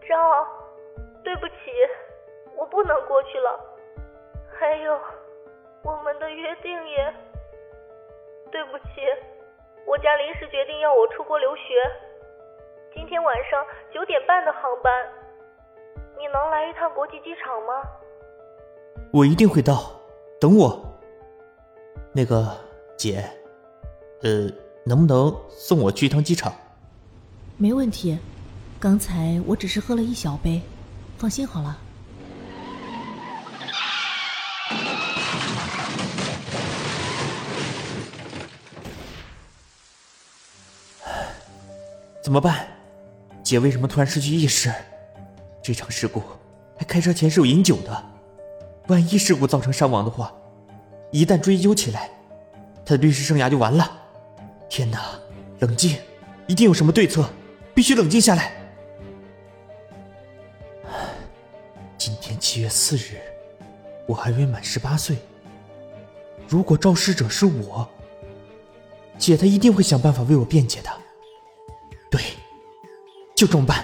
张，对不起，我不能过去了。还有，我们的约定也……对不起，我家临时决定要我出国留学，今天晚上9点半的航班，你能来一趟国际机场吗？ 我一定会到，等我。那个姐，能不能送我去一趟机场？ 没问题，刚才我只是喝了1小杯，放心好了。 怎么办？姐为什么突然失去意识？这场事故还开车前是有饮酒的，万一事故造成伤亡的话，一旦追究起来，他的律师生涯就完了。天哪，冷静，一定有什么对策，必须冷静下来。今天7月4日，我还未满18岁。如果肇事者是我，姐她一定会想办法为我辩解的。对，就这么办。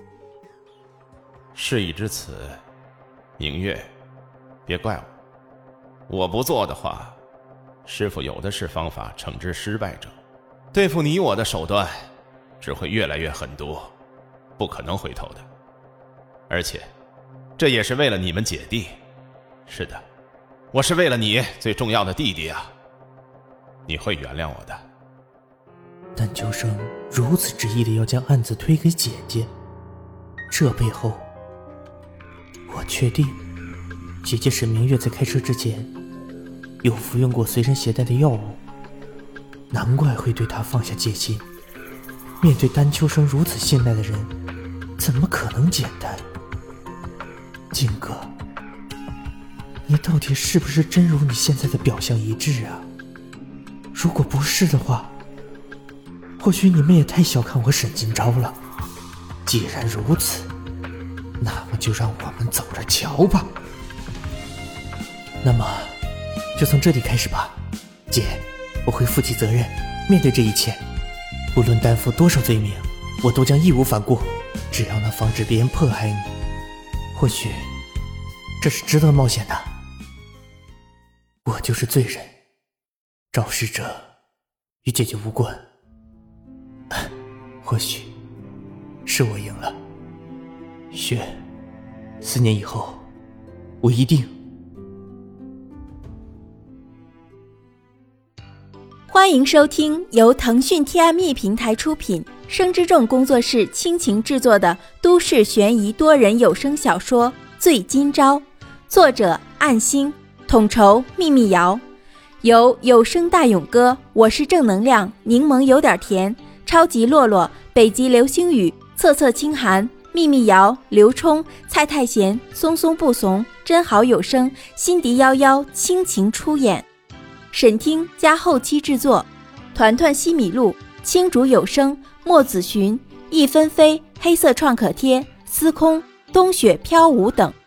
事已至此，明月，别怪我。我不做的话，师父有的是方法惩治失败者。对付你我的手段，只会越来越狠毒，不可能回头的。而且，这也是为了你们姐弟。是的，我是为了你最重要的弟弟啊。你会原谅我的。 但秋生如此执意地要将案子推给姐姐，这背后，我确定姐姐沈明月在开车之前有服用过随身携带的药物，难怪会对她放下戒心。面对丹秋生如此信赖的人，怎么可能简单？静哥，你到底是不是真如你现在的表象一致啊？如果不是的话，或许你们也太小看我沈金钊了。既然如此，那么就让我们走着瞧吧。那么就从这里开始吧，姐，我会负起责任，面对这一切，无论担负多少罪名，我都将义无反顾，只要能防止别人迫害你，或许这是值得冒险的。我就是罪人，肇事者与姐姐无关，或许是我赢了。雪，4年以后我一定。 欢迎收听由腾讯 TME 平台出品，生之众工作室倾情制作的都市悬疑多人有声小说《醉今朝》，作者暗星，统筹秘密瑶，由有声大勇哥、我是正能量、柠檬有点甜、超级洛洛、北极流星雨、侧侧清寒、秘密瑶、刘冲、蔡太贤、松松不怂、真好有声、辛迪11倾情出演，审听加后期制作，团团西米露、青竹有声、墨子寻、一纷飞、黑色创可贴、司空、冬雪飘舞等。